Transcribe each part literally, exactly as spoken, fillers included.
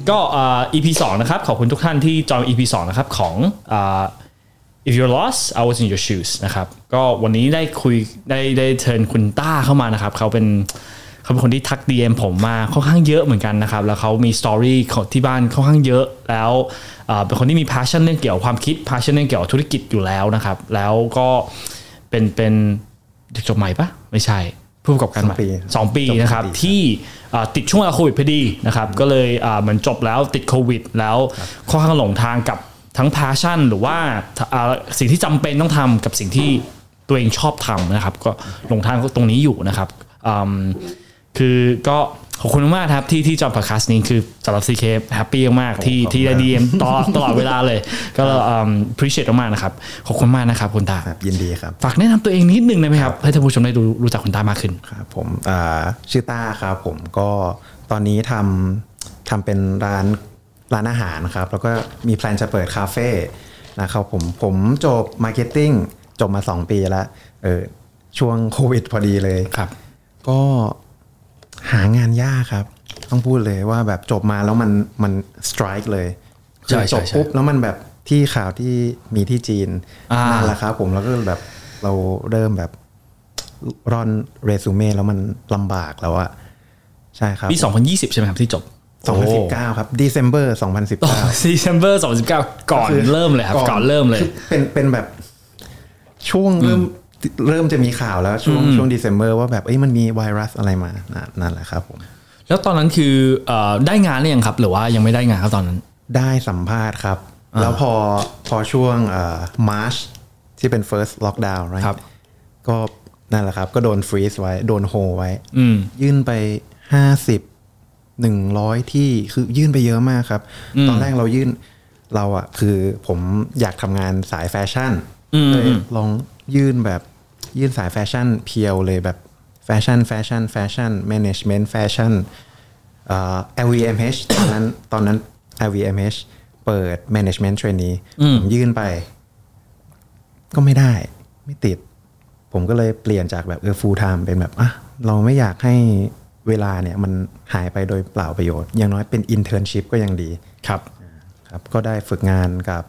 ก็อ่า อี พี สองนะครับขอบคุณทุกท่านที่จอย อี พี สองนะครับของอ่า if you're lost I was in your shoes นะครับก็วันนี้ได้คุยได้ได้เชิญคุณต้าเข้ามานะครับเขาเป็นเขาเป็นคนที่ทัก ดี เอ็ม ผมมาค่อนข้างเยอะเหมือนกันนะครับแล้วเขามีสตอรี่ของที่บ้านค่อนข้างเยอะแล้วเป็นคนที่มี passion เรื่องเกี่ยวกับความคิด passion เรื่องเกี่ยวกับธุรกิจอยู่แล้วนะครับแล้วก็เป็นเป็นเด็กจบใหม่ปะไม่ใช่ผู้ประกอบการใหม่สองปีนะครับที่ติดช่วงโควิดพอดีนะครับก็เลยเหมือนจบแล้วติดโควิดแล้วค่อนข้างหลงทางกับทั้ง passion หรือว่าสิ่งที่จำเป็นต้องทำกับสิ่งที่ตัวเองชอบทำนะครับก็หลงทางตรงนี้อยู่นะครับคือก็ขอบคุณมากครับที่ที่จอมพอดแคสต์นี้คือสำหรับ ซี เค แฮปปี้มากที่ที่ได้ ดี เอ็ม ตลอดตลอดเวลาเลยก็ appreciate มากนะครับขอบคุณมากนะครับคุณตายินดีครับฝากแนะนำตัวเองนิดนึงได้ไหมครับให้ท่านผู้ชมได้รู้จักคุณตามากขึ้นครับผมชื่อต้าครับผมก็ตอนนี้ทำทำเป็นร้านร้านอาหารครับแล้วก็มีแพลนจะเปิดคาเฟ่นะครับผมผมจบมาร์เก็ตติ้งจบมาสองปีแล้วเออช่วงโควิดพอดีเลยครับก็หางานยากครับต้องพูดเลยว่าแบบจบมาแล้วมันมันสไตร์เลยคือจบปุ๊บแล้วมันแบบที่ข่าวที่มีที่จีนนั่นแหละครับผมแล้วก็แบบเราเริ่มแบบร่อนเรซูเม่แล้วมันลำบากแล้วอะใช่ครับปีสองพันยี่สิบใช่ไหมครับที่จบสองพันสิบเก้าครับ December สองพันสิบเก้า December สองพันสิบเก้าก่อนเริ่มเลยครับก่อนเริ่มเลยเป็นเป็นแบบช่วงเริ่มเริ่มจะมีข่าวแล้วช่วงช่วง December ว่าแบบเอ้ยมันมีไวรัสอะไรมานั่นแหละครับผมแล้วตอนนั้นคือเอ่อได้งานหรือยังครับหรือว่ายังไม่ได้งานครับตอนนั้นได้สัมภาษณ์ครับแล้วพอพอช่วงเอ่อ March ที่เป็น first lockdown ครับก็นั่นแหละครับก็โดนฟรีซไว้โดนโฮไว้ยื่นไปห้าสิบ หนึ่งร้อยที่คือยื่นไปเยอะมากครับตอนแรกเรายื่นเราอ่ะคือผมอยากทำงานสายแฟชั่นเลยลองยื่นแบบยื่นสายแฟชั่นเพียวเลยแบบแฟชั่นแฟชั่นแฟชั่นแมネจเมนต์แฟชั่นเอ่อ แอล วี เอ็ม เอช ตอนนั้นตอนนั้น แอล วี เอ็ม เอช เปิด management trainee ผมยื่นไปก็ไม่ได้ไม่ติดผมก็เลยเปลี่ยนจากแบบเออ full time เป็นแบบอ่ะเราไม่อยากให้เวลาเนี่ยมันหายไปโดยเปล่าประโยชน์อย่างน้อยเป็น internship ก็ยังดีครับครับก็ได้ฝึกงานกับ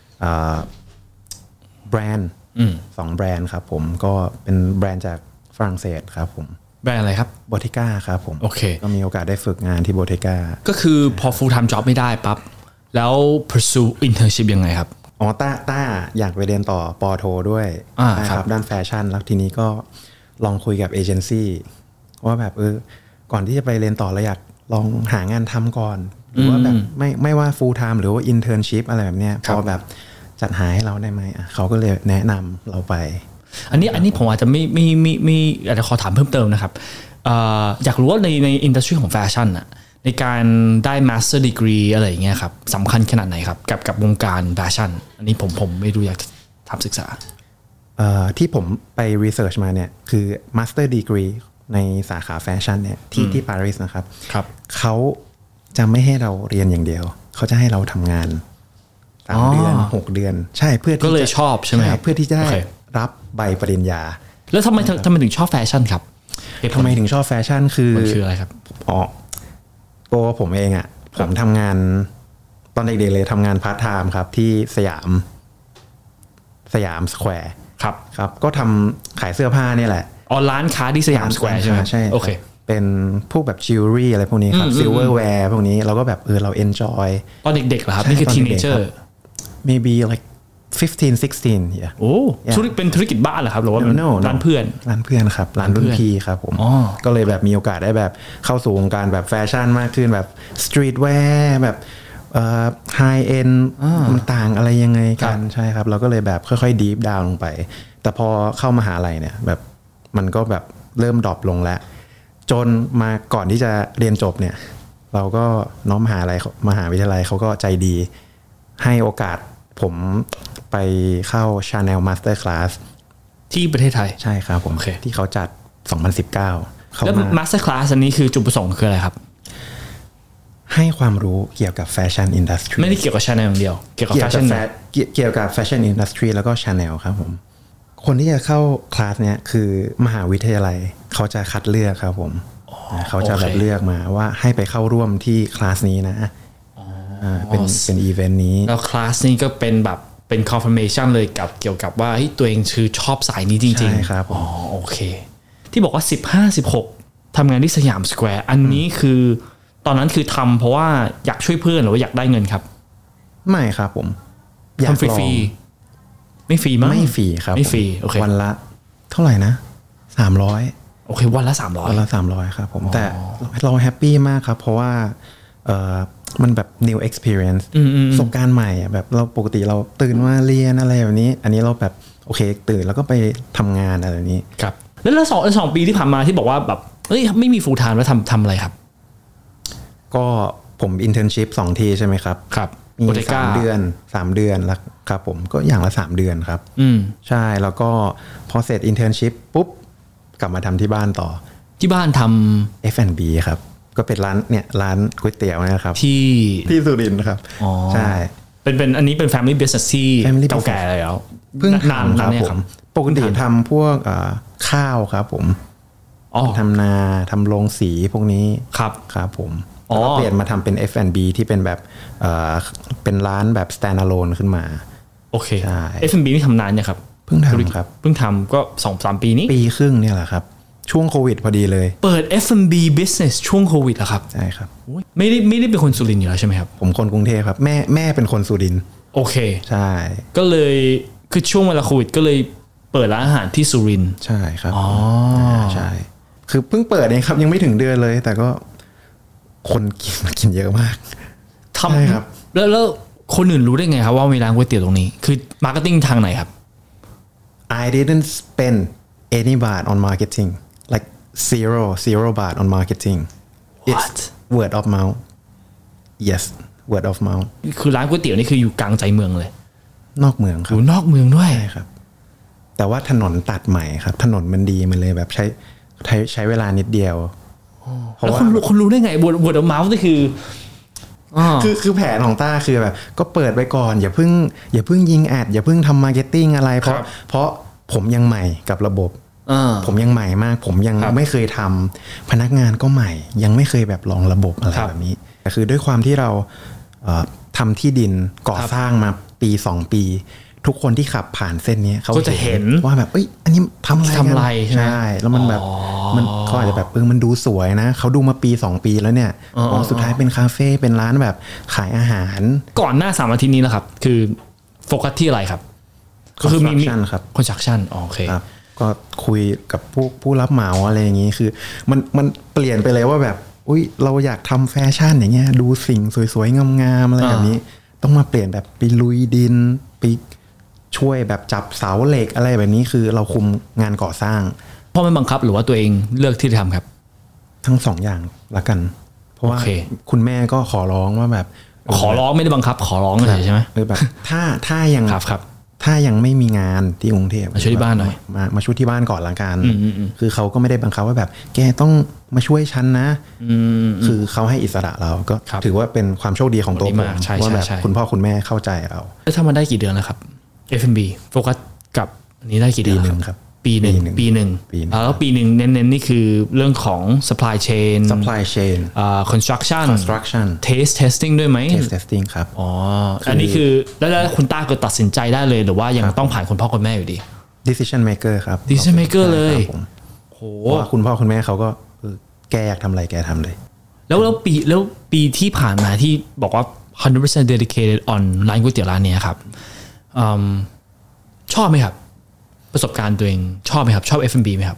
แบรนด์สองแบรนด์ครับผมก็เป็นแบรนด์จากฝรั่งเศสครับผมแบรนด์อะไรครับ Bottega ครับผมโอเคก็มีโอกาสได้ฝึกงานที่ Bottega ก็คือพอ full time job ไม่ได้ปั๊บแล้ว pursue internship ยังไงครับอ๋อต้าต้าอยากไปเรียนต่อปอโทด้วยนะครับด้านแฟชั่นแล้วทีนี้ก็ลองคุยกับเอเจนซี่ว่าแบบเออก่อนที่จะไปเรียนต่อเราอยากลองหางานทำก่อนหรือว่าแบบไม่ไม่ว่า full time หรือว่า internship อะไรแบบเนี้ยพอแบบจัดหาให้เราได้ไหมเขาก็เลยแนะนำเราไปอันนี้อันนี้ผมอาจจะไม่ไม่ไม่ไม่อาจจะขอถามเพิ่มเติมนะครับอยากรู้ว่าในในอินดัสทรีของแฟชั่นอะในการได้ master degree อะไรอย่างเงี้ยครับสำคัญขนาดไหนครับกับกับวงการแฟชั่นอันนี้ผมผมไม่รู้อยากทำศึกษาที่ผมไป research มาเนี่ยคือ master degree ในสาขาแฟชั่นเนี่ยที่ที่ปารีสนะครับครับเขาจะไม่ให้เราเรียนอย่างเดียวเขาจะให้เราทำงานสามเดือนหกเดือนใช่เพื่อที่ก็เลยชอบใช่ไหมครับเพื่อที่จะได้รับใบปริญญาแล้วทำไมทำไมถึงชอบแฟชั่นครับทำไมถึงชอบแฟชั่นคือมันคืออะไรครับอ๋อตัวผมเองอ่ะผมทำงานตอนเด็กๆเลยทำงานพาร์ทไทม์ครับที่สยามสยามสแควร์ครับครับก็ทำขายเสื้อผ้านี่แหละอ๋อร้านค้าที่สยามสแควร์ใช่ไหมใช่โอเคเป็นพวกแบบจิวเวลรี่อะไรพวกนี้ครับซิลเวอร์แวร์พวกนี้เราก็แบบเออเราเอนจอยตอนเด็กๆเหรอครับนี่คือ teenager maybe like fifteen sixteen yeah โอ้ธุรกิจเป็นธุรกิจบ้านเหรอครับหรือว่าเป็นร้านเพื่อนร้านเพื่อนครับร้านรุ่นพี่ครับผมก็เลยแบบมีโอกาสได้แบบเข้าสู่วงการแบบแฟชั่นมากขึ้นแบบสตรีทแวร์แบบเอ่อไฮเอ็นด์มันต่างอะไรยังไงกันใช่ครับเราก็เลยแบบค่อยๆดีฟดาวน์ลงไปแต่พอเข้ามหาลัยเนี่ยแบบมันก็แบบเริ่มดรอปลงแล้วจนมาก่อนที่จะเรียนจบเนี่ยเราก็น้องมหาลัยมหาวิทยาลัยเขาก็ใจดีให้โอกาสผมไปเข้า Chanel Master Class ที่ประเทศไทยใช่ครับผม okay. ที่เขาจัดสองพันสิบเก้าแล้ว Master Class อันนี้คือจุดประสงค์คืออะไรครับให้ความรู้เกี่ยวกับแฟชั่นอินดัสทรีไม่ได้เกี่ยวกับ Chanel อย่างเดียวเกี่ยวกับแฟชั่นเกี่ยวกับแฟชั่นอินดัสทรีแล้วก็ Chanel ครับผมคนที่จะเข้าคลาสเนี้ยคือมหาวิทยาลัยเขาจะคัดเลือกครับผมเขาจะแบบเลือกมาว่าให้ไปเข้าร่วมที่คลาสนี้นะเป็นเป็นอีเวนต์นี้แล้วคลาสนี้ก็เป็นแบบเป็น confirmation เลยกับเกี่ยวกับว่าตัวเองคือชอบสายนี้จริงๆใช่ครับอ๋อโอเคที่บอกว่าสิบห้า สิบหกทำงานที่สยามสแควร์อันนี้คือตอนนั้นคือทำเพราะว่าอยากช่วยเพื่อนหรือว่าอยากได้เงินครับไม่ครับผมทำฟรีๆไม่ฟรีมั้งไม่ฟรีครับไม่ฟรีโอเควันละเท่าไหร่นะสามร้อยโอเควันละสามร้อยวันละสามร้อยครับผมแต่เราแฮปปี้มากครับเพราะว่าเออมันแบบ new experience ประสบการณ์ใหม่อ่ะแบบเราปกติเราตื่นมาเรียนอะไรแบบนี้อันนี้เราแบบโอเคตื่นแล้วก็ไปทำงานอะไรแบบนี้ครับแล้วสองสองปีที่ผ่านมาที่บอกว่าแบบเอ้ยไม่มี full time แล้วทำทำอะไรครับก็ผม internship สองทีใช่ไหมครับครับมีสามเดือนสามเดือนแล้วครับผมก็อย่างละสามเดือนครับอืมใช่แล้วก็พอเสร็จ internship ปุ๊บกลับมาทำที่บ้านต่อที่บ้านทำเอฟ แอนด์ บี ครับก็เป็นร้านเนี่ยร้านก๋วยเตี๋ยวนะครับที่ที่สุรินทร์ครับใช่เป็นเป็นอันนี้เป็น family business ที่เก่าแก่เลยแล้วเพิ่งนานครับผมปกติทำพวกข้าวครับผมทำนาทำโรงสีพวกนี้ครับครับผมแล้วก็เปลี่ยนมาทำเป็น เอฟ แอนด์ บี ที่เป็นแบบเอ่อเป็นร้านแบบ standalone ขึ้นมาโอเคใช่ เอฟ แอนด์ บี นี่ทำนานยังครับเพิ่งทำครับเพิ่งทำก็ สองถึงสาม ปีนี้ปีครึ่งเนี่ยแหละครับช่วงโควิดพอดีเลยเปิด เอฟ แอนด์ บี business ช่วงโควิดเหรอครับใช่ครับไม่ได้ไม่ได้เป็นคนสุรินทร์อยู่แล้วใช่ไหมครับผมคนกรุงเทพครับแม่แม่เป็นคนสุรินทร์โอเคใช่ก็เลยคือช่วงเวลาโควิดก็เลยเปิดร้านอาหารที่สุรินทร์ใช่ครับอ๋อใช่คือเพิ่งเปิดเองครับยังไม่ถึงเดือนเลยแต่ก็คนกินมากินเยอะมากทำครับแล้วแล้วคนอื่นรู้ได้ไงครับว่ามีร้านก๋วยเตี๋ยวตรงนี้คือมาร์เก็ตติ้งทางไหนครับ I didn't spend any baht on marketing like zero zero baht on marketing What word of mouth yes word of mouth คือร้านก๋วยเตี๋ยวนี่คืออยู่กลางใจเมืองเลยนอกเมืองครับอยู่นอกเมืองด้วยใช่ครับแต่ว่าถนนตัดใหม่ครับถนนมันดีมันเลยแบบใช้ใช้ใช้เวลานิดเดียวแล้วคนคนรู้ได้ไงบวดบวดเมาส์นี่คือคือคือแผนของต้าคือแบบก็เปิดไปก่อนอย่าเพิ่งอย่าเพิ่งยิงแอดอย่าเพิ่งทำมาร์เก็ตติ้งอะไรเพราะเพราะผมยังใหม่กับระบบผมยังใหม่มากผมยังไม่เคยทำพนักงานก็ใหม่ยังไม่เคยแบบลองระบบอะไรแบบนี้แต่คือด้วยความที่เราทำที่ดินก่อสร้างมาปีสองปีทุกคนที่ขับผ่านเส้นนี้เขาจะเห็นว่าแบบเอ้ยอันนี้ทำอะไรทำอะไรใช่แล้วมันแบบมันเขาอาจจะแบบเออมันดูสวยนะเขาดูมาปีสองปีแล้วเนี่ยอ๋อสุดท้ายเป็นคาเฟ่เป็นร้านแบบขายอาหารก่อนหน้าสามอาทิตย์นี้นะครับคือโฟกัสที่อะไรครับก็คือมีครับคอนสตรัคชั่นโอเคครับก็คุยกับผู้ผู้รับเหมาอะไรอย่างนี้คือมันมันเปลี่ยนไปเลยว่าแบบอุ้ยเราอยากทำแฟชั่นอย่างเงี้ยดูสิ่งสวยๆงามๆอะไรแบบนี้ต้องมาเปลี่ยนแบบไปลุยดินไปช่วยแบบจับเสาเหล็กอะไรแบบนี้คือเราคุมงานก่อสร้างพ่อไม่บังคับหรือว่าตัวเองเลือกที่จะทำครับทั้งสองอย่างละกันเพราะว่าคุณแม่ก็ขอร้องว่าแบบขอร้องไม่ได้บังคับขอร้องเลยใช่ไหมแบบถ้าถ้ายังครับครับถ้ายังไม่มีงานที่กรุงเทพมาช่วยที่บ้านหน่อยมามาช่วยที่บ้านก่อนละกันคือเขาก็ไม่ได้บังคับว่าแบบแกต้องมาช่วยฉันนะคือเขาให้อิสระเราก็ถือว่าเป็นความโชคดีของตัวผมว่าแบบคุณพ่อคุณแม่เข้าใจเราแล้วถ้ามันได้กี่เดือนแล้วครับ เอฟ แอนด์ บี โฟกัสกับอันนี้ได้กี่เดือนครับปีหนึ่งปีหนึ่งแล้วปีหนึ่งเน้นๆนี่คือเรื่องของ supply chain supply chain อ่า construction construction taste testing ด้วยไหม taste testing ครับอ๋ออันนี้คือแล้วคุณต้าก็ตัดสินใจได้เลยหรือว่ายังต้องผ่านคุณพ่อคุณแม่อยู่ดี decision maker ครับ decision maker เลยโหคุณพ่อคุณแม่เขาก็แกอยากทำอะไรแกทำเลยแล้วแล้วปีแล้วปีที่ผ่านมาที่บอกว่า one hundred percent dedicated on ร้านก๋วยเตี๋ยวร้านนี้ครับชอบไหมครับประสบการณ์ตัวเองชอบไหมครับชอบ เอฟ แอนด์ บี ไหมครับ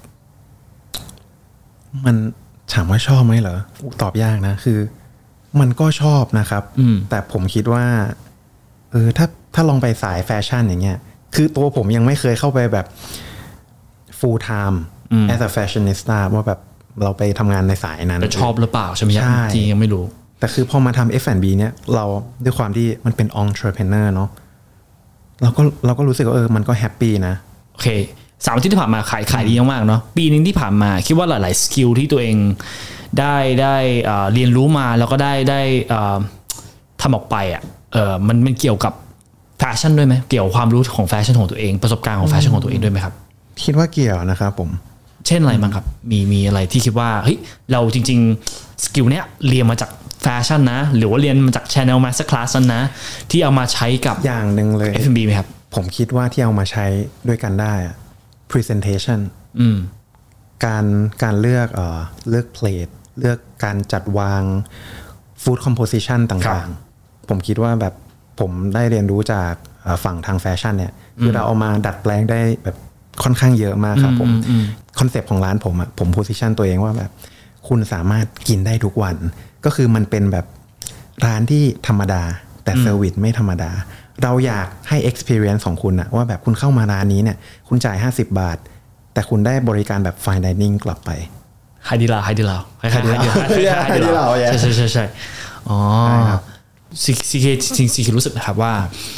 มันถามว่าชอบไหมเหรอตอบยากนะคือมันก็ชอบนะครับแต่ผมคิดว่าเออถ้าถ้าลองไปสายแฟชั่นอย่างเงี้ยคือตัวผมยังไม่เคยเข้าไปแบบ full time as a fashionista ว่าแบบเราไปทำงานในสายนั้นแต่ชอบหรือเปล่าใช่ไหมจริงยังไม่รู้แต่คือพอมาทำ เอฟ แอนด์ บี เนี่ยเราด้วยความที่มันเป็น entrepreneur เนาะเราก็เราก็รู้สึกว่าเออมันก็แฮปปี้นะโอเคสามอาทิตย์ที่ผ่านมาขายขายดีมากๆเนาะปีนึงที่ผ่านมาคิดว่าหลายๆสกิลที่ตัวเองได้ได้เรียนรู้มาแล้วก็ได้ได้ทำออกไปอ่ะเออมันมันเกี่ยวกับแฟชั่นด้วยไหมเกี่ยวความรู้ของแฟชั่นของตัวเองประสบการณ์ของแฟชั่นของตัวเองด้วยไหมครับคิดว่าเกี่ยวนะครับผมเช่นอะไรบ้างครับมีมีอะไรที่คิดว่าเฮ้ยเราจริงๆสกิลเนี้ยเรียนมาจากแฟชั่นนะหรือว่าเรียนมาจาก Chanel Masterclass นะที่เอามาใช้กับอย่างนึงเลยเอฟ แอนด์ บี ไหมครับผมคิดว่าที่เอามาใช้ด้วยกันได้อะ presentation อืมการการเลือกเอ่อเลือก plate เลือกการจัดวาง food composition ต่างๆผมคิดว่าแบบผมได้เรียนรู้จากฝั่งทางแฟชั่นเนี่ยคือเราเอามาดัดแปลงได้แบบค่อนข้างเยอะมากครับผมคอนเซปต์ของร้านผมอะผม position ตัวเองว่าแบบคุณสามารถกินได้ทุกวันก็คือมันเป็นแบบร้านที่ธรรมดาแต่เซอร์วิสไม่ธรรมดาเราอยากให้ experience ของคุณอะว่าแบบคุณเข้ามาร้านนี้เนี่ยคุณจ่ายห้าสิบบาทแต่คุณได้บริการแบบ fine dining กลับไปไฮดีลาไฮดีลาไฮดีลาไฮดีลาใช่ใช่ใช่ใช่อ๋อซีเคจริงซีเครู้สึกนะครับว่า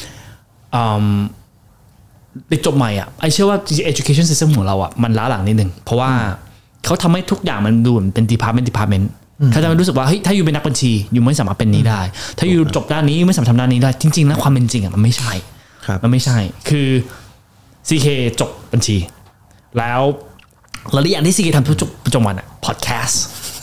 เด็กจบใหม่อ่ะไอเชื่อว่า education system ของเราอ่ะมันล้าหลังนิดนึงเพราะว่าเขาทำให้ทุกอย่างมันดูเป็น department department เขาจะรู้สึกว่าเฮ้ยถ้าอยู่เป็นนักบัญชีอยู่ไม่สามารถเป็นนี้ได้ถ้าอยู่จบด้านนี้ไม่สามารถทำด้านนี้ได้จริงๆนะความเป็นจริงอ่ะมันไม่ใช่มันไม่ใช่คือ ซี เค จบบัญชีแล้วแล้วอย่างที่ ซี เค ทำทุกประจำวันอ่ะ podcast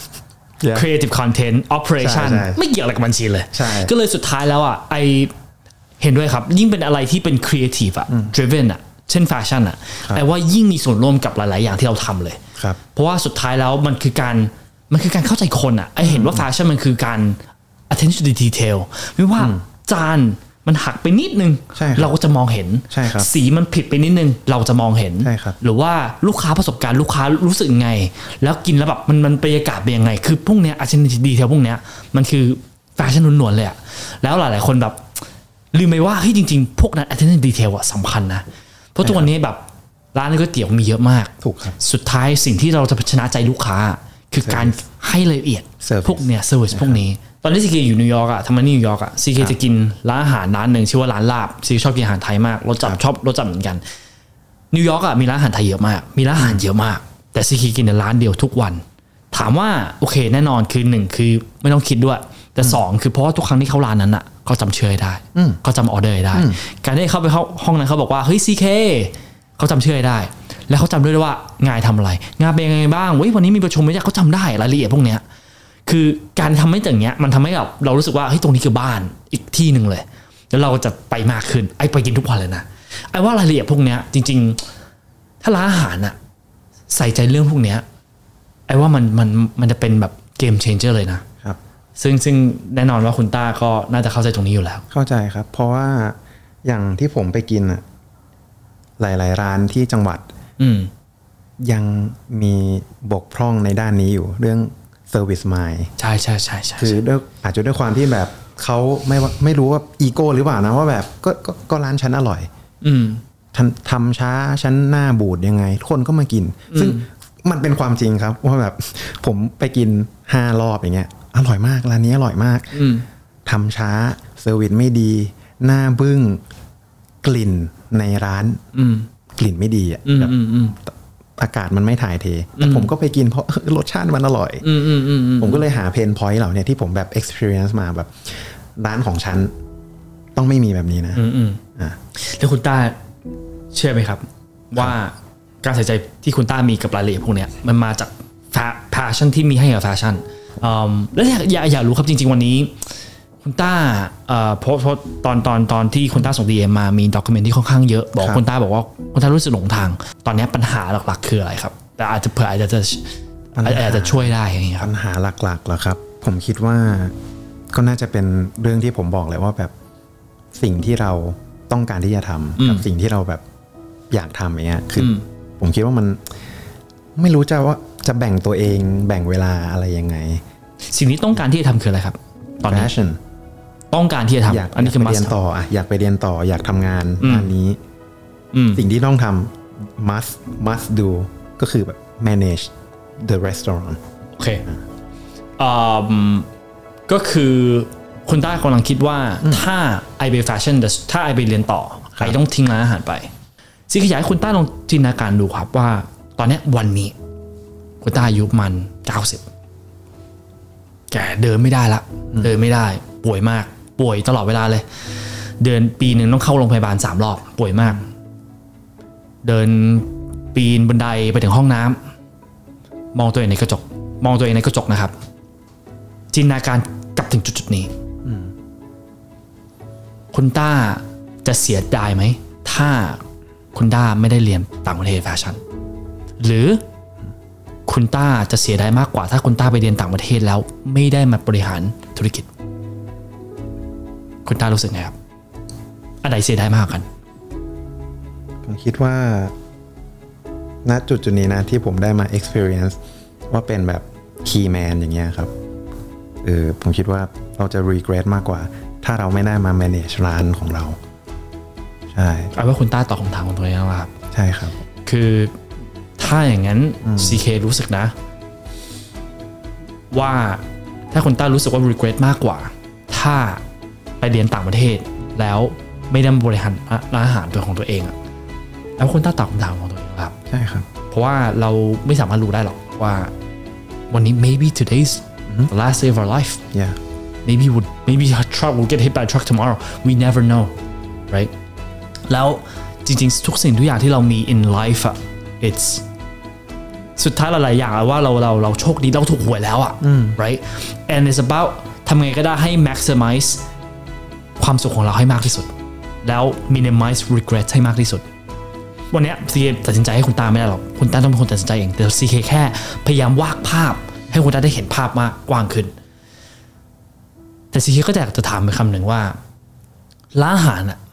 yeah. creative content operation ไม่เกี่ยวอะไรกับบัญชีเลยก็เลยสุดท้ายแล้วอ่ะไอเห็นด้วยครับยิ่งเป็นอะไรที่เป็น creative อ่ะ driven อ่ะเช่นแฟชั่นอ่ะไอ้ว่ายิ่งมีส่วนร่วมกับหลายๆอย่างที่เราทำเลยเพราะว่าสุดท้ายแล้วมันคือการมันคือการเข้าใจคนอ่ะไอเห็นว่าแฟชั่นมันคือการ attention to detail ไม่ว่าจานมันหักไปนิดนึงเราก็จะมองเห็นสีมันผิดไปนิดนึงเราจะมองเห็นหรือว่าลูกค้าประสบการณ์ลูกค้ารู้สึกยังไงแล้วกินแล้วแบบมันมันบรรยากาศเป็นยังไงคือพวกเนี้ย attention to detail พวกเนี้ยมันคือแฟชั่นล้วนๆเลยอ่ะแล้วหลายๆคนแบบลืมไปว่าเฮ้ยจริงๆพวกนั้น attention detail อ่ะสำคัญนะเพราะทุกวันนี้แบบร้านก๋วยเตี๋ยวมีเยอะมากถูกครับสุดท้ายสิ่งที่เราจะชนะใจลูกค้าคือการให้รายละเอียดพวกเนี้ย service พวกนี้ตอนที่ซีเคอยู่นิวยอร์กอะทำงานที่นิวยอร์กอะซีเคจะกินร้านอาหารร้านหนึ่งชื่อว่าร้านลาบซีชอบกินอาหารไทยมากรสจัดชอบรสจัดเหมือนกันนิวยอร์กอะมีร้านอาหารไทยเยอะมากมีร้านอาหารเยอะมากแต่ซีเคกินในร้านเดียวทุกวันถามว่าโอเคแน่นอนคือหนึ่งคือไม่ต้องคิดด้วยแต่สองคือเพราะว่าทุกครั้งที่เข้าร้านนั้นอะเขาจำชื่อได้เขาจำออเดอร์ได้การที่เข้าไปเข้าห้องนั้นเขาบอกว่าเฮ้ยซีเคเขาจำชื่อได้แล้วเขาจำด้วยว่างานทำอะไรงานเป็นยังไงบ้างเว้ยวันนี้มีประชุมไหมเนี่ยเขาจำได้รายละเอียดพวกเนี้ยคือการทำให้อย่างเงี้ยมันทำให้แบบเรารู้สึกว่าเฮ้ยตรงนี้คือบ้านอีกที่หนึ่งเลยแล้วเราจะไปมากขึ้นไอ้ไปกินทุกวันเลยนะไอ้ว่ารายละเอียดพวกเนี้ยจริงๆถ้าร้านอาหารอะใส่ใจเรื่องพวกเนี้ยไอ้ว่ามันมันมันจะเป็นแบบเกมเชนเจอร์เลยนะครับซึ่งซึ่งแน่นอนว่าคุณต้าก็น่าจะเข้าใจตรงนี้อยู่แล้วเข้าใจครับเพราะว่าอย่างที่ผมไปกินอะหลายๆร้านที่จังหวัดยังมีบกพร่องในด้านนี้อยู่เรื่องservice mind ใช่ใช่ใช่ใช่คือด้วยอาจจะด้วยความที่แบบเขาไม่ว่าไม่รู้ว่าอีโก้หรือเปล่านะว่าแบบก็ก็ก็ร้านฉันอร่อยอืมทำช้าฉันหน้าบูดยังไงคนก็มากินซึ่งมันเป็นความจริงครับว่าแบบผมไปกินห้ารอบอย่างเงี้ยอร่อยมากร้านนี้อร่อยมากทำช้าเซอร์วิสไม่ดีหน้าบึ้งกลิ่นในร้านกลิ่นไม่ดีอ่ะแบบอากาศมันไม่ถ่ายเทแต่ผมก็ไปกินเพราะรสชาติมันอร่อยผมก็เลยหาเพนพอยต์เหล่านี้ที่ผมแบบ experience มาแบบร้านของฉันต้องไม่มีแบบนี้นะอ่าแล้วคุณต้าเชื่อไหมครับว่าการใส่ใจที่คุณต้ามีกับรายละเอียดพวกนี้มันมาจาก passion ที่มีให้กับแฟชั่นแล้วอยากอยากอยากรู้ครับจริงๆวันนี้คุณต้าเพราะเพราะตอนตอนตอนที่คุณต้าส่ง ดี เอ็ม มามีด็อกิเมนต์ที่ค่อนข้างเยอะบอกคุณต้าบอกว่าคุณต้ารู้สึกหลงทางตอนนี้ปัญหาหลักๆคืออะไรครับแต่อาจจะเผื่ออาจจะจะอาจจะช่วยได้อย่างนี้ครับปัญหาหลักๆเหรอครับผมคิดว่าก็น่าจะเป็นเรื่องที่ผมบอกเลยว่าแบบสิ่งที่เราต้องการที่จะทำกับสิ่งที่เราแบบอยากทำอย่างเงี้ยคือผมคิดว่ามันไม่รู้จะว่าจะแบ่งตัวเองแบ่งเวลาอะไรยังไงสิ่งที่ต้องการที่จะทำคืออะไรครับตอนนี้ต้องการที่จะทำอยากอันนี้คือเรียนต่ออ่ะอยากไปเรียนต่ออยากทำงานอันนี้สิ่งที่ต้องทำ must must do ก็คือแบบ manage the restaurant โอเคก็คือคุณต้ากำลังคิดว่าถ้าไอไปแฟชั่นถ้าไอไปเรียนต่อไอต้องทิ้งร้านอาหารไปสิ่งที่อยากให้คุณต้าลองจินตนาการดูครับว่าตอนนี้วันนี้คุณต้าอายุมันเก้าสิบแกเดินไม่ได้ละเดินไม่ได้ป่วยมากป่วยตลอดเวลาเลยเดินปีหนึ่งต้องเข้าโรงพยาบาลสามรอบป่วยมากเดินปีนบันไดไปถึงห้องน้ำมองตัวเองในกระจกมองตัวเองในกระจกนะครับจินตนาการกับถึงจุดๆนี้คุณต้าจะเสียดายไหมถ้าคุณต้าไม่ได้เรียนต่างประเทศแฟชั่นหรือคุณต้าจะเสียดายมากกว่าถ้าคุณต้าไปเรียนต่างประเทศแล้วไม่ได้มาบริหารธุรกิจคุณต้ารู้สึกไงครับอันไหนเสียดายมากกันผมคิดว่าณจุดจุดนี้นะที่ผมได้มา experience ว่าเป็นแบบ key man อย่างเงี้ยครับเออผมคิดว่าเราจะ regret มากกว่าถ้าเราไม่ได้มา manage ร้านของเราใช่เอาว่าคุณต้าตอบคำถามของตัวเองแล้วครับใช่ครับคือถ้าอย่างนั้น ซี เค รู้สึกนะว่าถ้าคุณต้ารู้สึกว่า regret มากกว่าถ้าไปเรียนต่างประเทศแล้วไม่ได้บริหารร้านอาหารตัวของตัวเองอะแล้วคุณต้าตอบคำถามของตัวเองครับใช่ครับเพราะว่าเราไม่สามารถรู้ได้หรอกว่าวันนี้ maybe today's the last day of our life yeah maybe would maybe our truck will get hit by a truck tomorrow we never know right แล้วจริงๆทุกสิ่งทุกอย่างที่เรามี in life อะ it's สุดท้ายหลายๆอย่างว่าเราเราเราโชคดีเราถูกหวยแล้วอะ right and it's about ทำไงก็ได้ให้ maximize ความสุขของเราให้มากที่สุดแล้ว minimize regret ให้มากที่สุดวันนี้ซีเคตัดสินใจให้คุณตาไม่ได้หรอกคุณตาต้องเป็นคนตัดสินใจเองแต่ซีเคแค่พยายามวาดภาพให้คุณตาได้เห็นภาพมากกว้างขึ้นแต่ซีเคก็อยากจะถามไปคำหนึ่งว่าร้านอาหารอะ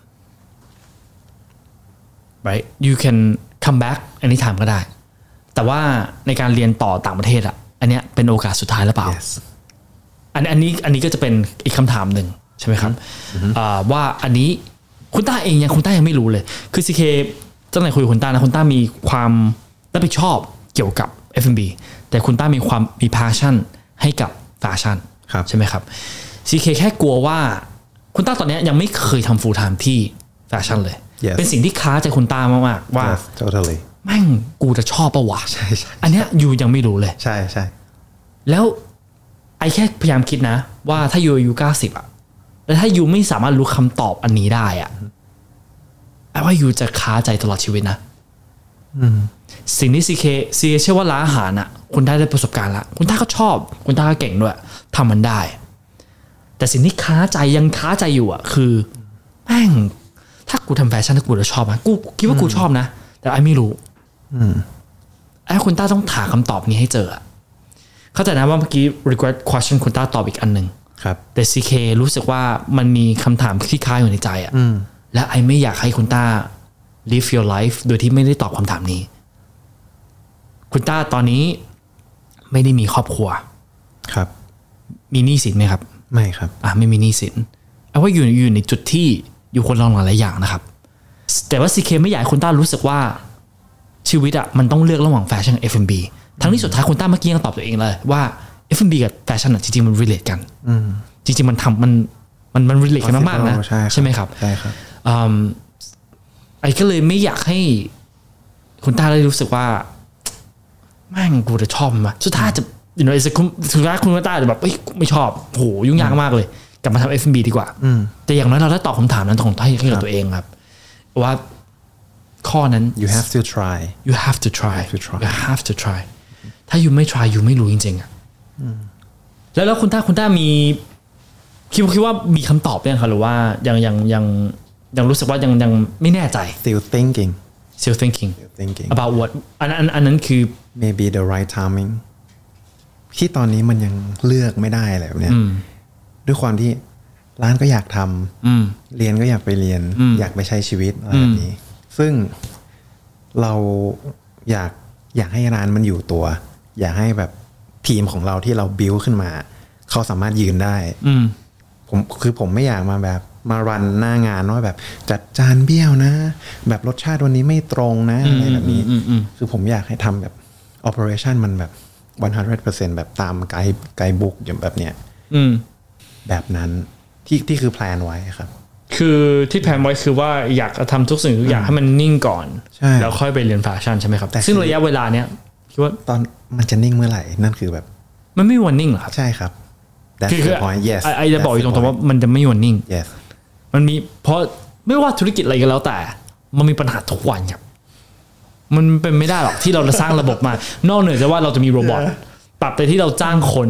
right you can come back anytime ก็ได้แต่ว่าในการเรียนต่อต่างประเทศอะอันเนี้ยเป็นโอกาสสุดท้ายหรือเปล่า yes. อันอันนี้อันนี้ก็จะเป็นอีกคำถามหนึ่งใช่ไหมครับ mm-hmm. ว่าอันนี้คุณต้าเองยังคุณต้ายังไม่รู้เลยคือซีเคตั้งแต่คุยกับคุณต้านะคุณต้ามีความรับผิดชอบเกี่ยวกับ เอฟ แอนด์ บี แต่คุณต้ามีความมี passion ให้กับแฟชั่นใช่ไหมครับ ซี เค แค่กลัวว่าคุณต้าตอนนี้ยังไม่เคยทำ full time ที่แฟชั่นเลย yes. เป็นสิ่งที่ค้าใจคุณต้ามากๆว่า yes, totally. แม่งกูจะชอบปะวะใช่ใช่อันเนี้ยยูยังไม่รู้เลยใช่ใช่แล้วไอแค่พยายามคิดนะว่าถ้ายูอายุเก้าสิบอะแล้วถ้ายูไม่สามารถรู้คำตอบอันนี้ได้อะแปลว่ายูจะค้าใจตลอดชีวิตนะสิ่งที่ซีเคซีเชื่อว่าร้านอาหารอ่ะคุณได้ได้ประสบการณ์ละคุณต้าก็ชอบคุณต้าก็เก่งด้วยทำมันได้แต่สิ่งที่ค้าใจยังค้าใจอยู่อ่ะคือแม่งถ้ากูทำแฟชั่นถ้ากูจะชอบไหมกูคิดว่ากูชอบนะแต่ไอ้ไม่รู้ไอ้คุณต้าต้องถามคำตอบนี้ให้เจอเข้าใจนะว่าเมื่อกี้ regret question คุณต้าตอบอีกอันหนึ่งแต่ ซี เค รู้สึกว่ามันมีคำถามที่ค้าอยู่ในใจอ่ะและไอ้ไม่อยากให้คุณต้า live your life โดยที่ไม่ได้ตอบคำถามนี้คุณต้าตอนนี้ไม่ได้มีครอบครัวครับมีหนี้สินไหมครับไม่ครับอ่ะไม่มีหนี้สินเอาว่าอยู่อยู่ในจุดที่อยู่คนลองหลายอย่างนะครับแต่ว่า ซี เค ไม่อยากให้คุณต้ารู้สึกว่าชีวิตอ่ะมันต้องเลือกระหว่างแฟชั่นกับ เอฟ แอนด์ บี ทั้งที่สุดท้ายคุณต้าเมื่อกี้ยังตอบตัวเองเลยว่า เอฟ แอนด์ บี กับแฟชั่นอ่ะจริงๆมัน relate กันจริงๆมันทำมันมันมัน relate กันมากๆนะใช่ไหมครับใช่ครับไอ้ก็เลยไม่อยากให้คุณต้าได้รู้สึกว่าแม่งกูจะชอบมันสุดท้ายจะอยู่ในสุดท้ายคุณต้าจะแบบไม่ชอบโหยุ่งยากมากเลยกลับมาทำ เอฟ แอนด์ บี ดีกว่าแต่อย่างน้อยเราได้ตอบคำถามนั้นของต้าให้กับตัวเองครับว่าข้อนั้น you have to try you have to try you have to try ถ้าyouไม่ try you ไม่รู้จริงๆอ่ะแล้วแล้วคุณต้าคุณต้ามีคิดว่าคิดว่ามีคำตอบยังคะหรือว่ายังยังยังยังรู้สึกว่ายังยังไม่แน่ใจ still thinking still thinking still thinking about what อันนั้นอันนั้นคือ maybe the right timing ที่ตอนนี้มันยังเลือกไม่ได้อะไรแบบเนี้ยด้วยความที่ร้านก็อยากทำเรียนก็อยากไปเรียนอยากไปใช้ชีวิตอะไรแบบนี้ซึ่งเราอยากอยากให้ร้านมันอยู่ตัวอยากให้แบบทีมของเราที่เราบิวขึ้นมาเขาสามารถยืนได้ผมคือผมไม่อยากมาแบบมารันหน้างานว่าแบบจัดจานเบี้ยวนะแบบรสชาติวันนี้ไม่ตรงนะอะไรแบบนี้คือผมอยากให้ทำแบบ operation มันแบบ หนึ่งร้อยเปอร์เซ็นต์ แบบตามไกด์ไกด์บุ๊กอย่างแบบเนี้ยแบบนั้นที่ที่คือแพลนไว้ครับคือที่แพลนไว้คือว่าอยากจะทำทุกสิ่งทุกอย่างให้มันนิ่งก่อนแล้วค่อยไปเรียนแฟชั่นใช่ไหมครับซึ่งระยะเวลาเนี้ยคิดว่าตอนมันจะนิ่งเมื่อไหร่นั่นคือแบบมันไม่มีวันนิ่งหรอครับใช่ครับคือคือไอจะบอกอยู่ตรงๆว่ามันจะไม่มีวันนิ่ง yes. มันมีเพราะไม่ว่าธุรกิจอะไรก็แล้วแต่มันมีปัญหาทุกวันครับมันเป็นไม่ได้หรอกที่เราจะสร้างระบบมานอกเหนือจากว่าเราจะมีโรบอทปรับแต่ที่เราจ้างคน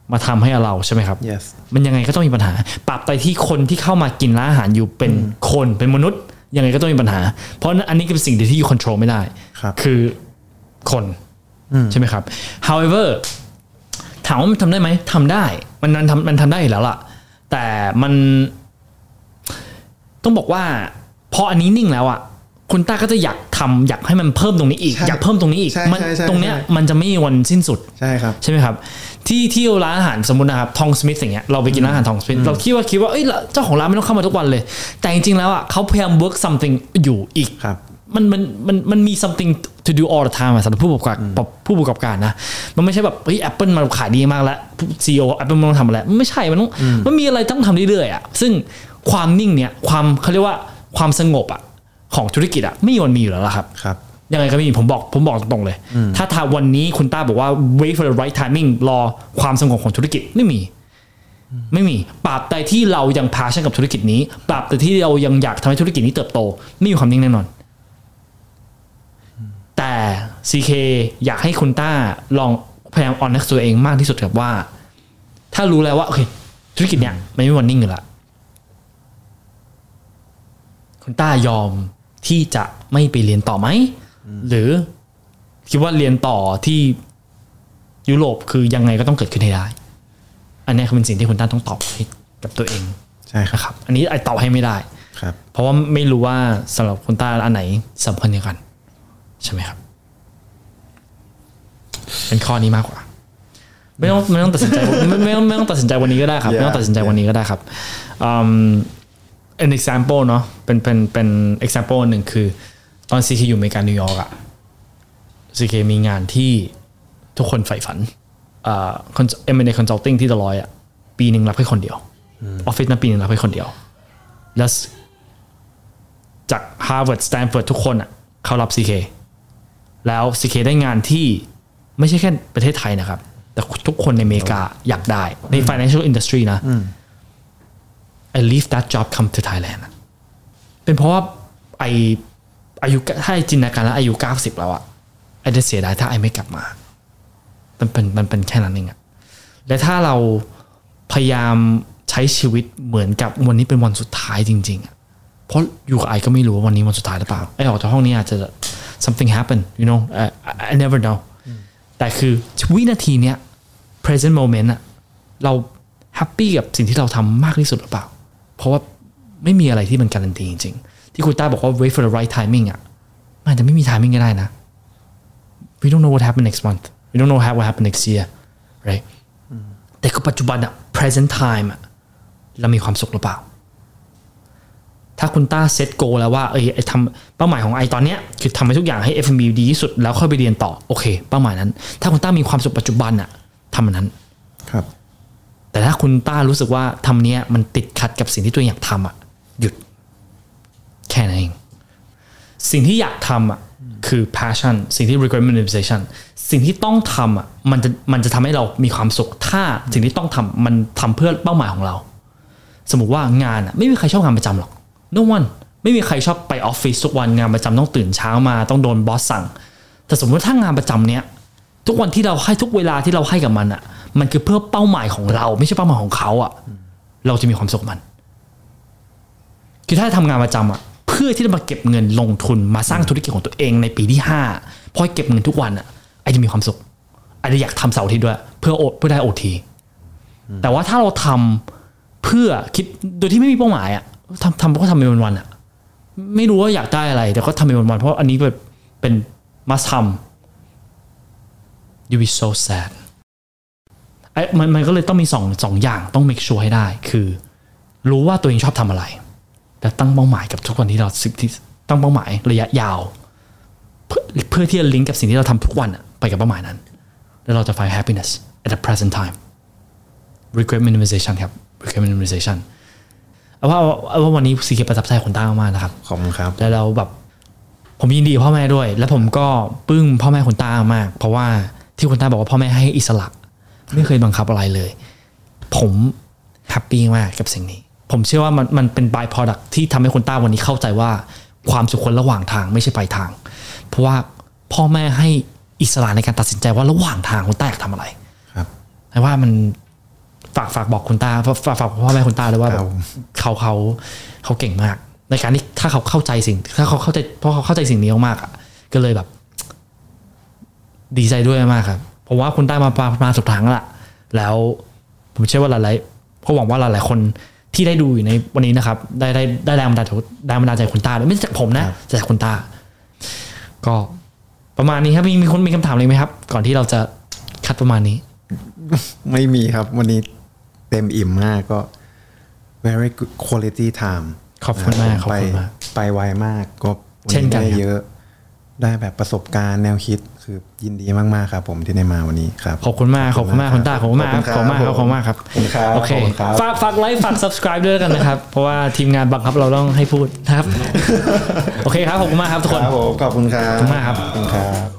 มาทำให้เราใช่ไหมครับ yes มันยังไงก็ต้องมีปัญหาปรับไปที่คนที่เข้ามากินร้านอาหารอยู่เป็นคนเป็นมนุษย์ยังไงก็ต้องมีปัญหาเพราะอันนี้คือสิ่งที่อยู่ control ไม่ได้คือคนใช่ไหมครับ however ถามว่ามันทำได้ไหมทำได้มันมันทำมันทำได้แล้วล่ะแต่มันต้องบอกว่าพออันนี้นิ่งแล้วอ่ะคุณต้าก็จะอยากทำอยากให้มันเพิ่มตรงนี้อีกอยากเพิ่มตรงนี้อีกมันตรงเนี้ยมันจะไม่มีวันสิ้นสุดใช่ครับใช่ไหมครับที่ที่ร้านอาหารสมมุตินะครับทองสมิธอย่างเงี้ยเราไปกินร้านอาหารทองสมิธเราคิดว่าคิดว่าเอ้ยเจ้าของร้านไม่ต้องเข้ามาทุกวันเลยแต่จริงๆแล้วอ่ะเขาพยายาม work something อยู่อีกมันมันมันมันมี something to do all the time สำหรับผู้ประกอบการผู้ประกอบการนะมันไม่ใช่แบบเฮ้ย Apple มันขายดีมากแล้ว ซี อี โอ Apple มันต้องทำอะไรไม่ใช่มันต้องมันมีอะไรต้องทำเรื่อยๆอ่ะซึ่งความนิ่งเนี่ยความเขาเรียกว่าความสงบอ่ะของธุรกิจอ่ะไม่มีวันมีอยู่แล้วล่ะครับครับยังไงก็ไม่มีผมบอกผมบอกตรงๆเลยถ้าถ้าวันนี้คุณต้าบอกว่า wait for the right timing รอความสงบของธุรกิจไม่มีไม่มีปราบใดที่เรายังพาชั่นกับธุรกิจนี้ปราบใดที่เรายังอยากทำให้ธุรกิจนี้เติบโตไม่มีความนิ่งแน่นอนแต่ ซี เค อยากให้คุณต้าลองพยายาม honest ตัวเองมากที่สุดครับว่าถ้ารู้แล้วว่าโอเคธุรกิจเนี้ยไม่มีวันนิ่งอยู่ละคุณต้ายอมที่จะไม่ไปเรียนต่อไหมหรือคิดว่าเรียนต่อที่ยุโรปคือยังไงก็ต้องเกิดขึ้นให้ได้อันนี้คือเป็นสิ่งที่คุณต้าต้องตอบให้กับตัวเองใช่ครับอันนี้ไอตอบให้ไม่ได้ครับเพราะว่าไม่รู้ว่าสำหรับคุณต้าอันไหนสำคัญกว่ากันใช่ไหมครับเป็นข้อนี้มากกว่าไม่ต้องไม่ต้องตัดสินใจไม่ไม่ต้องไม่ต้องตัดสินใจวันนี้ก็ได้ครับ yeah, ไม่ต้องตัดสินใจ yeah. วันนี้ก็ได้ครับ um, an example เนาะเป็นเป็นเป็น example หนึ่งคือตอน ซี เค อยู่อเมริกานิวยอร์กอะ ซี เค มีงานที่ทุกคนใฝ่ฝันเอ่อ เอ็ม แอนด์ เอ Consulting ที่ Deloitte อะปีนึงรับให้คนเดียวออฟฟิศนั้นปีนึงรับให้คนเดียวแล้วจาก Harvard Stanford ทุกคนอะเขารับ ซี เค แล้ว ซี เค ได้งานที่ไม่ใช่แค่ประเทศไทยนะครับแต่ทุกคนในอเมริกาอยากได้ใน financial industry นะ I leave that job come to Thailand เป็นเพราะว่าไออายุถ้าจินตนาการแล้วอายุเก้าสิบแล้วอะไอจะเสียดายถ้าไอไม่กลับมามันเป็นมันเป็นแค่นั้นเองอะและถ้าเราพยายามใช้ชีวิตเหมือนกับวันนี้เป็นวันสุดท้ายจริงๆอะเพราะอยู่กับไอก็ไม่รู้ว่าวันนี้วันสุดท้ายหรือเปล่าไอออกจากห้องนี้อาจจะ something happen you know I, I never know แต่คือวินาทีเนี้ย present moment อะเราแฮปปี้กับสิ่งที่เราทำมากที่สุดหรือเปล่าเพราะว่าไม่มีอะไรที่มันการันตีจริงๆที่คุณต้าบอกว่า wait for the right timing อะมันอาจจะไม่มี timing ก็ได้นะ we don't know what happen next month we don't know what will happen next year right แต่คือปัจจุบันอะ present time อะเรามีความสุขหรือเปล่าถ้าคุณต้าเซตโกแล้วว่าเอ้ยไอ้ทำเป้าหมายของไอตอนเนี้ยคือทำให้ทุกอย่างให้ เอฟ เอ็ม บี ดีที่สุดแล้วค่อยไปเรียนต่อโอเคเป้าหมายนั้นถ้าคุณต้ามีความสุขปัจจุบันอะทำมันนั้นครับแต่ถ้าคุณต้ารู้สึกว่าทำเนี้ยมันติดขัดกับสิ่งที่ตัวเองอยากทำอะหยุดแค่นั้นเองสิ่งที่อยากทำอะคือ passion สิ่งที่ recommendation สิ่งที่ต้องทำอะมันจะมันจะทำให้เรามีความสุขถ้าสิ่งที่ต้องทำมันทำเพื่อเป้าหมายของเราสมมติว่างานอะไม่มีใครชอบงานประจำหรอกno one ไม่มีใครชอบไปออฟฟิศทุกวันงานประจำต้องตื่นเช้ามาต้องโดนบอสสั่งแต่สมมติถ้างานประจำเนี้ยทุกวันที่เราให้ทุกเวลาที่เราให้กับมันอะมันคือเพื่อเป้าหมายของเราไม่ใช่เป้าหมายของเขาอะเราจะมีความสุขมันคือถ้าทำงานประจำอะเพื่อที่จะมาเก็บเงินลงทุนมาสร้างธุรกิจของตัวเองในปีที่ห้าพอเก็บเงินทุกวันอะไอจะมีความสุขไอจะอยากทำเสาร์อาทิตย์ด้วยเพื่อเพื่อได้โอทีแต่ว่าถ้าเราทำเพื่อคิดโดยที่ไม่มีเป้าหมายอะทำทำก็ทำเป็นวันๆอะไม่รู้ว่าอยากได้อะไรแต่ก็ทำเป็นวันๆเพราะอันนี้แบบเป็น must ทำ you be so sad ไอ้มันมันก็เลยต้องมีสองสองอย่างต้อง make sure ให้ได้คือรู้ว่าตัวเองชอบทำอะไรแต่ตั้งเป้าหมายกับทุกวันที่เราที่ตั้งเป้าหมายระยะยาวเพื่อเพื่อที่จะลิงก์กับสิ่งที่เราทำทุกวันไปกับเป้าหมายนั้นแล้วเราจะ find happiness at the present time regret minimization ครับ regret minimizationเอาว่าเอาว่าวันนี้ซีเคประทับใจคุณต้ามากนะครับขอบคุณครับแล้วเราแบบผมยินดีพ่อแม่ด้วยและผมก็ปลื้มพ่อแม่คุณต้ามากเพราะว่าที่คุณต้าบอกว่าพ่อแม่ให้อิสระไม่เคยบังคับอะไรเลยผมแฮปปี้มากกับสิ่งนี้ผมเชื่อว่ามันมันเป็น by product ที่ทำให้คุณต้าวันนี้เข้าใจว่าความสุขคนระหว่างทางไม่ใช่ปลายทางเพราะว่าพ่อแม่ให้อิสระในการตัดสินใจว่าระหว่างทางคุณต้าอยากทำอะไรครับแต่ว่ามันฝากฝากบอกคุณต้าฝากฝากพ่อแม่คุณต้าด้วยว่าแบบเขาเขาเขาเก่งมากในการที่ถ้าเขาเข้าใจสิ่งถ้าเขาเข้าใจเพราะเขาเข้าใจสิ่งนี้มากอ่ะก็เลยแบบดีใจด้วยมากครับเพราะว่าคุณต้ามามาสุดทางละแล้วผมเชื่อว่าหลายๆก็หวังว่าหลายๆคนที่ได้ดูอยู่ในวันนี้นะครับได้ได้ได้แรงบันดาลใจแรงบันดาลใจคุณต้าด้วยไม่ใช่จากผมนะจากคุณต้าก็ประมาณนี้ครับมีมีคนมีคำถามอะไรไหมครับก่อนที่เราจะคัดประมาณนี้ไม่มีครับวันนี้เต็มอิ่มมากก็ very good quality time ขอบคุณมากขอบคุณมากไปไวมากก็เช่นกันเยอะได้แบบประสบการณ์แนวคิดคือยินดีมากๆครับผมที่ได้มาวันนี้ครับขอบคุณมากขอบคุณมากคุณต้าขอบคุณมากขอบคุณมากขอบคุณมากครับโอเคฝากฝากไลค์ฝาก subscribe ด้วยกันนะครับเพราะว่าทีมงานบังคับเราต้องให้พูดนะครับโอเคครับขอบคุณมากครับทุกคนขอบคุณครับขอบคุณมากครับขอบคุณครับ